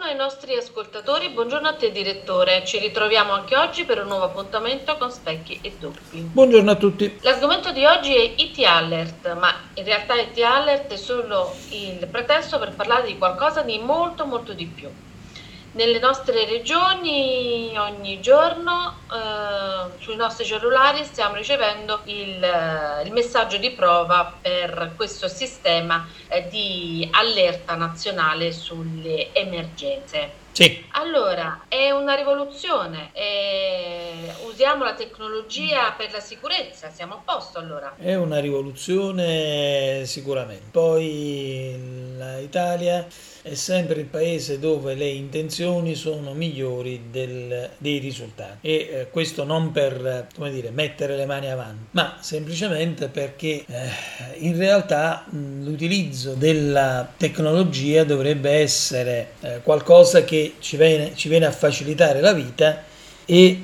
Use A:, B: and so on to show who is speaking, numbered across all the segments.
A: ai nostri ascoltatori, buongiorno a te direttore, ci ritroviamo anche oggi per un nuovo appuntamento con Specchi e Doppi.
B: Buongiorno a tutti.
A: L'argomento di oggi è IT Alert, ma in realtà IT Alert è solo il pretesto per parlare di qualcosa di molto di più. Nelle nostre regioni ogni giorno sui nostri cellulari stiamo ricevendo il messaggio di prova per questo sistema di allerta nazionale sulle emergenze.
B: Sì.
A: Allora, è una rivoluzione, usiamo la tecnologia per la sicurezza, siamo a posto allora.
B: È una rivoluzione sicuramente. Poi l'Italia è sempre il paese dove le intenzioni sono migliori dei risultati e questo non per, mettere le mani avanti, ma semplicemente perché in realtà l'utilizzo della tecnologia dovrebbe essere qualcosa che ci viene a facilitare la vita e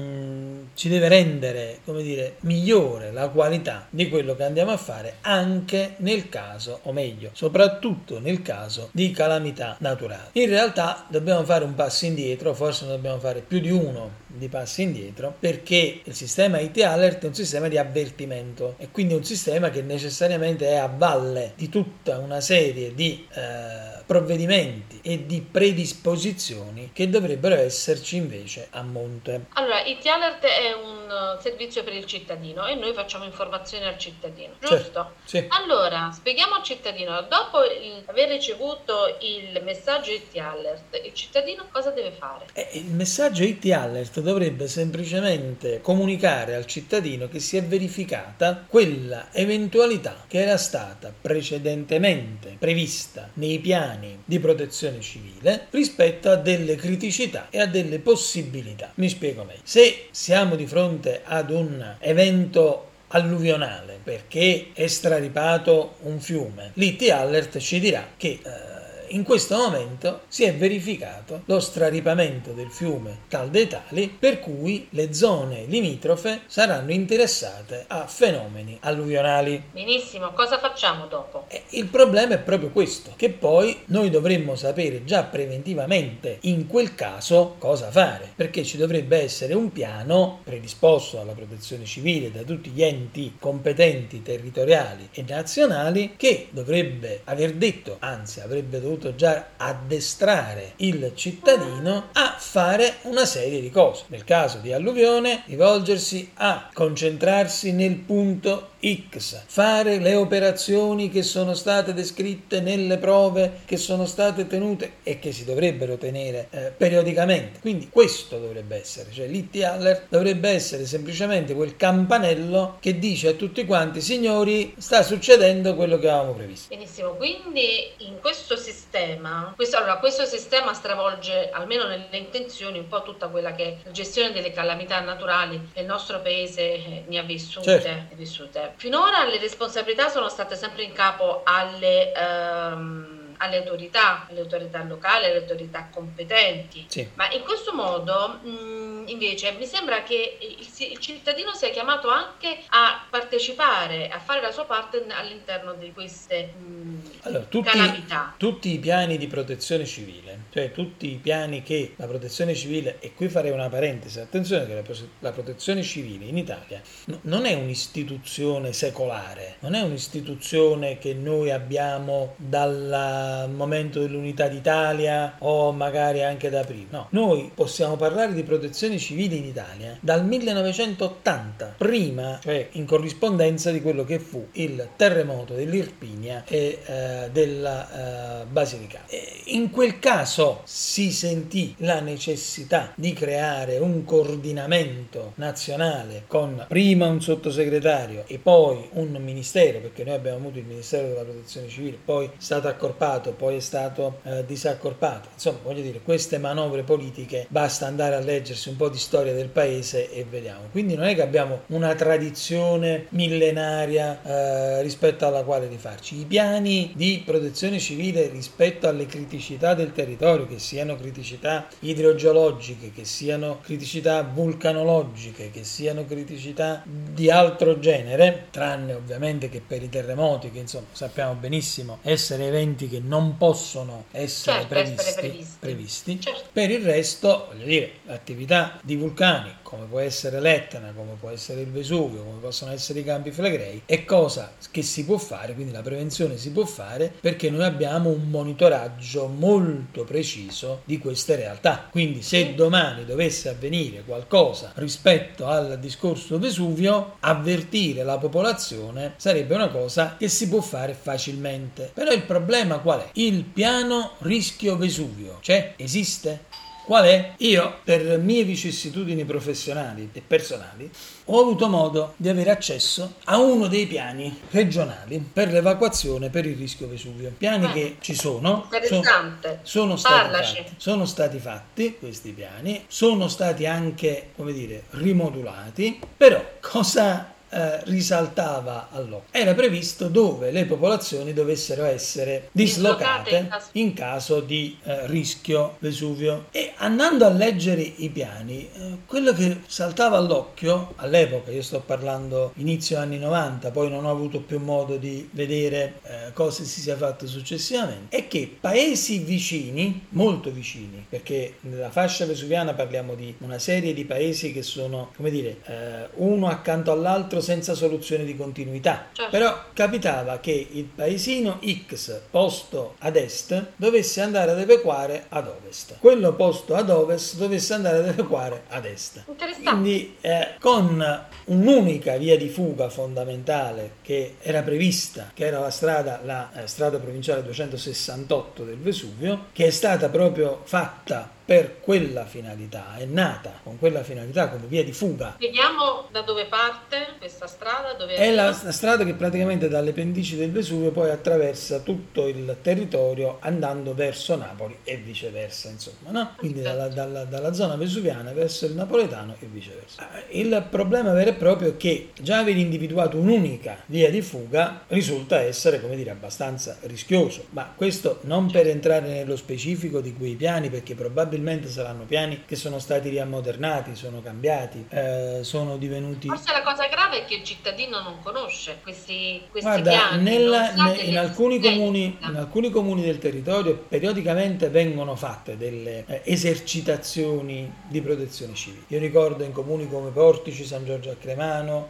B: ci deve rendere, migliore la qualità di quello che andiamo a fare anche nel caso, o meglio, soprattutto nel caso di calamità naturali. In realtà dobbiamo fare un passo indietro, forse ne dobbiamo fare più di uno di passi indietro, perché il sistema IT Alert è un sistema di avvertimento e quindi un sistema che necessariamente è a valle di tutta una serie di provvedimenti e di predisposizioni che dovrebbero esserci invece a monte.
A: Allora, IT Alert è un servizio per il cittadino e noi facciamo informazioni al cittadino, giusto?
B: Certo, sì.
A: Allora, spieghiamo al cittadino, dopo aver ricevuto il messaggio IT Alert, il cittadino cosa deve fare?
B: Il messaggio IT Alert dovrebbe semplicemente comunicare al cittadino che si è verificata quella eventualità che era stata precedentemente prevista nei piani di protezione civile rispetto a delle criticità e a delle possibilità. Mi spiego meglio. Se siamo di fronte ad un evento alluvionale perché è straripato un fiume, l'IT Alert ci dirà che in questo momento si è verificato lo straripamento del fiume tal dei tali per cui le zone limitrofe saranno interessate a fenomeni alluvionali.
A: Benissimo, cosa facciamo dopo?
B: Il problema è proprio questo, che poi noi dovremmo sapere già preventivamente in quel caso cosa fare, perché ci dovrebbe essere un piano predisposto dalla protezione civile, da tutti gli enti competenti territoriali e nazionali, che dovrebbe aver detto, anzi avrebbe dovuto già addestrare il cittadino a fare una serie di cose. Nel caso di alluvione, rivolgersi a concentrarsi nel punto X, fare le operazioni che sono state descritte nelle prove che sono state tenute e che si dovrebbero tenere periodicamente. Quindi questo dovrebbe essere, cioè l'IT Alert dovrebbe essere semplicemente quel campanello che dice a tutti quanti: signori, sta succedendo quello che avevamo previsto.
A: Benissimo, quindi in questo sistema stravolge, almeno nelle intenzioni, un po' tutta quella che è la gestione delle calamità naturali che il nostro paese ne ha vissute.
B: Certo.
A: Finora le responsabilità sono state sempre in capo alle autorità locali, alle autorità competenti.
B: Sì.
A: Ma in questo modo invece mi sembra che il cittadino sia chiamato anche a partecipare, a fare la sua parte all'interno di queste calamità.
B: Tutti i piani di protezione civile, cioè tutti i piani che la protezione civile, e qui farei una parentesi, attenzione che la protezione civile in Italia non è un'istituzione secolare, non è un'istituzione che noi abbiamo dal momento dell'unità d'Italia o magari anche da prima. No, noi possiamo parlare di protezione civile in Italia dal 1980, prima, cioè in corrispondenza di quello che fu il terremoto dell'Irpinia e della Basilicata. In quel caso si sentì la necessità di creare un coordinamento nazionale con prima un sottosegretario e poi un ministero, perché noi abbiamo avuto il Ministero della Protezione Civile, poi è stato accorpato, poi è stato disaccorpato. Insomma, queste manovre politiche basta andare a leggersi un po' di storia del paese e vediamo. Quindi non è che abbiamo una tradizione millenaria rispetto alla quale rifarci. I piani di protezione civile rispetto alle criticità del territorio, che siano criticità idrogeologiche, che siano criticità vulcanologiche, che siano criticità di altro genere, tranne ovviamente che per i terremoti, che insomma sappiamo benissimo essere eventi che non possono essere previsti.
A: Certo.
B: Per il resto, voglio dire, l'attività di vulcani, come può essere l'Etna, come può essere il Vesuvio, come possono essere i Campi Flegrei, è cosa che si può fare, quindi la prevenzione si può fare perché noi abbiamo un monitoraggio molto preciso di queste realtà. Quindi se domani dovesse avvenire qualcosa rispetto al discorso Vesuvio, avvertire la popolazione sarebbe una cosa che si può fare facilmente. Però il problema qual è? Il piano rischio Vesuvio c'è? Esiste? Qual è? Io, per mie vicissitudini professionali e personali, ho avuto modo di avere accesso a uno dei piani regionali per l'evacuazione per il rischio Vesuvio. Piani che ci sono, sono stati fatti questi piani, sono stati anche, come dire, rimodulati, però cosa risaltava all'occhio? Era previsto dove le popolazioni dovessero essere dislocate in caso di rischio Vesuvio, e andando a leggere i piani, quello che saltava all'occhio all'epoca, io sto parlando inizio anni 90, poi non ho avuto più modo di vedere cosa si sia fatto successivamente, è che paesi vicini, molto vicini, perché nella fascia vesuviana parliamo di una serie di paesi che sono, come dire, uno accanto all'altro senza soluzione di continuità. Certo. Però capitava che il paesino X posto ad est dovesse andare ad evacuare ad ovest, quello posto ad ovest dovesse andare ad evacuare ad est. Quindi con un'unica via di fuga fondamentale che era prevista, che era la strada provinciale 268 del Vesuvio, che è stata proprio fatta per quella finalità, è nata con quella finalità come via di fuga.
A: Vediamo da dove parte questa strada?
B: È la strada che praticamente dalle pendici del Vesuvio poi attraversa tutto il territorio andando verso Napoli e viceversa, insomma, no? Quindi dalla zona vesuviana verso il napoletano e viceversa. Il problema vero e proprio è che già aver individuato un'unica via di fuga risulta essere, come dire, abbastanza rischioso, ma questo non per entrare nello specifico di quei piani, perché probabilmente saranno piani che sono stati riammodernati, sono cambiati, sono divenuti...
A: Forse la cosa grave è che il cittadino non conosce questi
B: Guarda,
A: piani.
B: In alcuni comuni del territorio periodicamente vengono fatte delle esercitazioni di protezione civile. Io ricordo in comuni come Portici, San Giorgio a Cremano,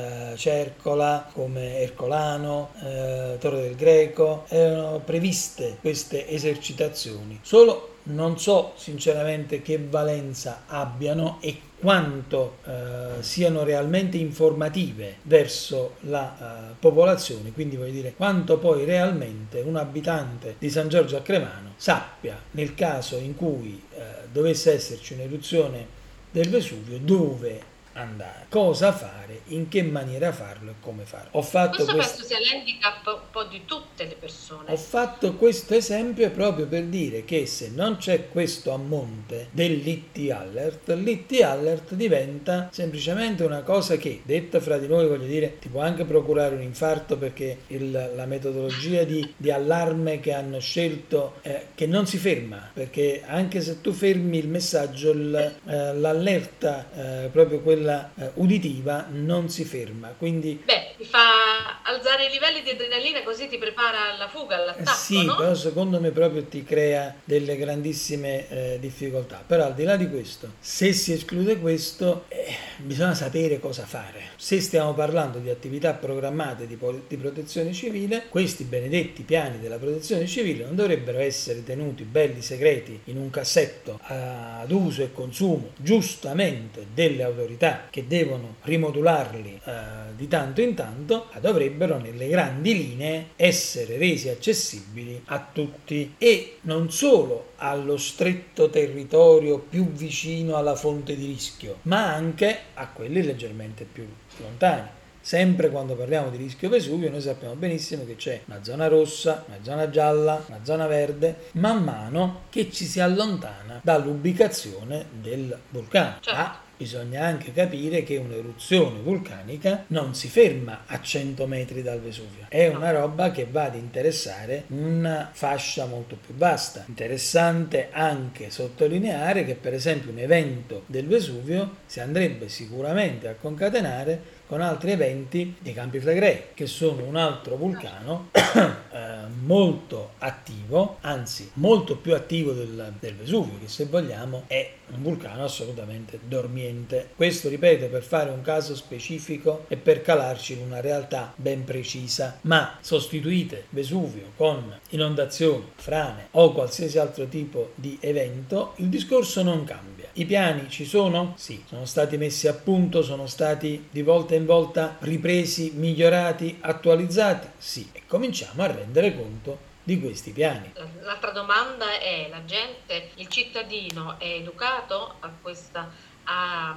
B: Cercola, come Ercolano, Torre del Greco, erano previste queste esercitazioni. Solo non so sinceramente che valenza abbiano e quanto siano realmente informative verso la popolazione, quindi voglio dire quanto poi realmente un abitante di San Giorgio a Cremano sappia, nel caso in cui dovesse esserci un'eruzione del Vesuvio, dove andare, cosa fare, in che maniera farlo e come farlo.
A: Penso sia l'handicap un po' di tutte le persone.
B: Ho fatto questo esempio proprio per dire che se non c'è questo a monte dell'IT Alert, l'IT Alert diventa semplicemente una cosa che, detta fra di noi, voglio dire, ti può anche procurare un infarto, perché la metodologia di allarme che hanno scelto che non si ferma, perché anche se tu fermi il messaggio, l'allerta proprio quella uditiva non si ferma, quindi
A: ti fa alzare i livelli di adrenalina, così ti prepara alla fuga, all'attacco,
B: sì, no? Però secondo me proprio ti crea delle grandissime difficoltà. Però al di là di questo, se si esclude questo, bisogna sapere cosa fare. Se stiamo parlando di attività programmate di protezione civile, questi benedetti piani della protezione civile non dovrebbero essere tenuti belli segreti in un cassetto ad uso e consumo giustamente delle autorità che devono rimodularli di tanto in tanto, ma dovrebbero nelle grandi linee essere resi accessibili a tutti, e non solo allo stretto territorio più vicino alla fonte di rischio, ma anche a quelli leggermente più lontani. Sempre quando parliamo di rischio Vesuvio noi sappiamo benissimo che c'è una zona rossa, una zona gialla, una zona verde, man mano che ci si allontana dall'ubicazione del vulcano.
A: Certo.
B: bisogna anche capire che un'eruzione vulcanica non si ferma a 100 metri dal Vesuvio, è una roba che va ad interessare una fascia molto più vasta. Interessante anche sottolineare che per esempio un evento del Vesuvio si andrebbe sicuramente a concatenare con altri eventi dei Campi Flegrei, che sono un altro vulcano molto attivo, anzi molto più attivo del Vesuvio, che se vogliamo è un vulcano assolutamente dormiente. Questo, ripeto, per fare un caso specifico e per calarci in una realtà ben precisa, ma sostituite Vesuvio con inondazioni, frane o qualsiasi altro tipo di evento, il discorso non cambia. I piani ci sono? Sì, sono stati messi a punto, sono stati di volta in volta ripresi, migliorati, attualizzati? Sì, e cominciamo a rendere conto di questi piani.
A: L'altra domanda è: la gente, il cittadino è educato a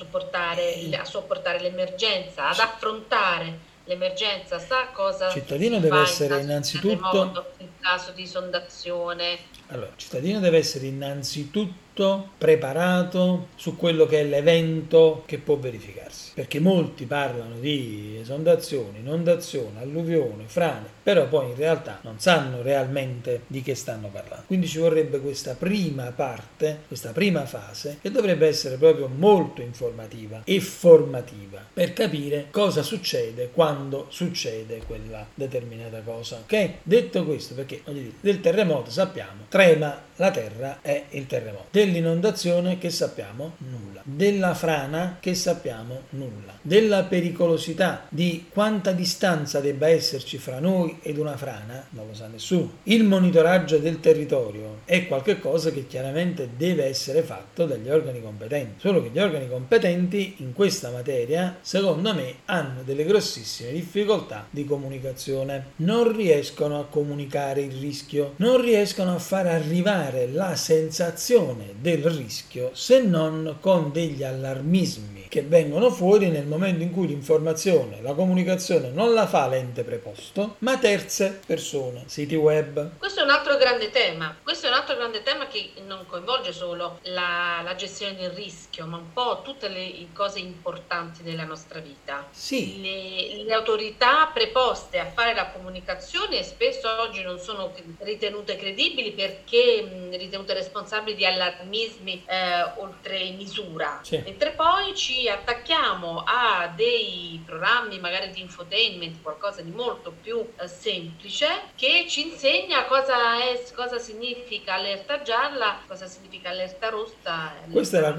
A: sopportare l'emergenza, ad affrontare l'emergenza, sa cosa
B: Il cittadino
A: si
B: deve
A: fa
B: essere
A: in caso di terremoto, in caso di esondazione?
B: Allora, il cittadino deve essere innanzitutto preparato su quello che è l'evento che può verificarsi, perché molti parlano di esondazioni, inondazioni, alluvioni, frane, però poi in realtà non sanno realmente di che stanno parlando. Quindi ci vorrebbe questa prima parte, questa prima fase, che dovrebbe essere proprio molto informativa e formativa per capire cosa succede quando succede quella determinata cosa. Ok? Detto questo, perché voglio dire, del terremoto sappiamo, trema la terra, è il terremoto. Dell'inondazione che sappiamo? Nulla. Della frana che sappiamo? Nulla. Della pericolosità, di quanta distanza debba esserci fra noi ed una frana, non lo sa nessuno. Il monitoraggio del territorio è qualcosa che chiaramente deve essere fatto dagli organi competenti, solo che gli organi competenti in questa materia, secondo me, hanno delle grossissime difficoltà di comunicazione. Non riescono a comunicare il rischio, non riescono a far arrivare la sensazione del rischio, se non con degli allarmismi che vengono fuori nel momento in cui l'informazione, la comunicazione non la fa l'ente preposto, ma terze persone, siti web.
A: Questo è un altro grande tema. Questo è un altro grande tema che non coinvolge solo la gestione del rischio, ma un po' tutte le cose importanti della nostra vita.
B: Sì.
A: Le autorità preposte a fare la comunicazione spesso oggi non sono ritenute credibili, perché ritenute responsabili di allarmismi oltre misura.
B: Sì.
A: Mentre poi ci attacchiamo a dei programmi magari di infotainment, qualcosa di molto più semplice, che ci insegna cosa significa allerta gialla, cosa significa allerta rossa.
B: Questa è la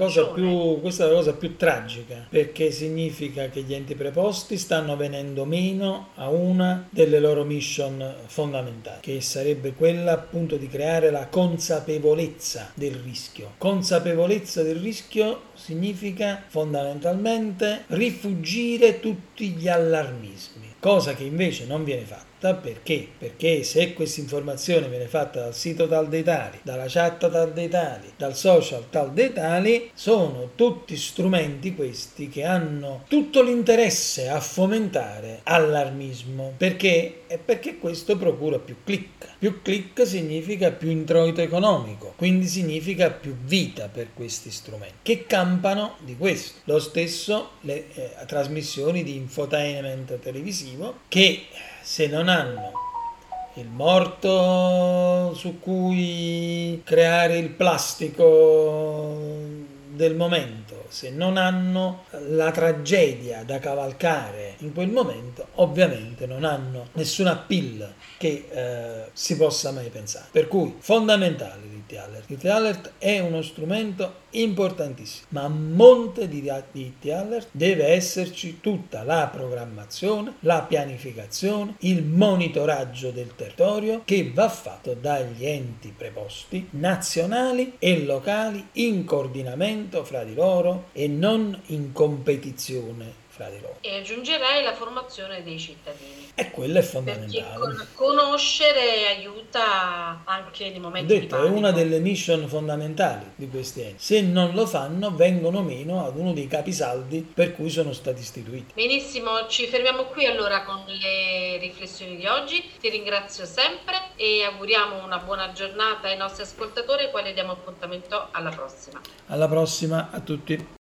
B: cosa più tragica, perché significa che gli enti preposti stanno venendo meno a una delle loro mission fondamentali, che sarebbe quella appunto di creare la consapevolezza del rischio. Consapevolezza del rischio significa fondamentalmente rifuggire tutti gli allarmismi, cosa che invece non viene fatta. Perché? Perché se questa informazione viene fatta dal sito tal dei tali, dalla chat tal dei tali, dal social tal dei tali, sono tutti strumenti questi che hanno tutto l'interesse a fomentare allarmismo. Perché? È perché questo procura più click. Più click significa più introito economico, quindi significa più vita per questi strumenti, che campano di questo. Lo stesso le trasmissioni di infotainment televisivo, che se non hanno il morto su cui creare il plastico del momento, se non hanno la tragedia da cavalcare in quel momento, ovviamente non hanno nessun appeal che si possa mai pensare. Per cui fondamentale l'IT Alert. L'IT Alert è uno strumento importantissimo, ma a monte di IT Alert deve esserci tutta la programmazione, la pianificazione, il monitoraggio del territorio, che va fatto dagli enti preposti nazionali e locali in coordinamento fra di loro e non in competizione fra di loro.
A: E aggiungerei la formazione dei cittadini.
B: E quello è fondamentale.
A: Perché conoscere aiuta anche nei momenti di panico.
B: È una delle mission fondamentali di questi enti. Se non lo fanno, vengono meno ad uno dei capisaldi per cui sono stati istituiti.
A: Benissimo, ci fermiamo qui allora con le riflessioni di oggi. Ti ringrazio sempre e auguriamo una buona giornata ai nostri ascoltatori, ai quali diamo appuntamento alla prossima.
B: Alla prossima a tutti.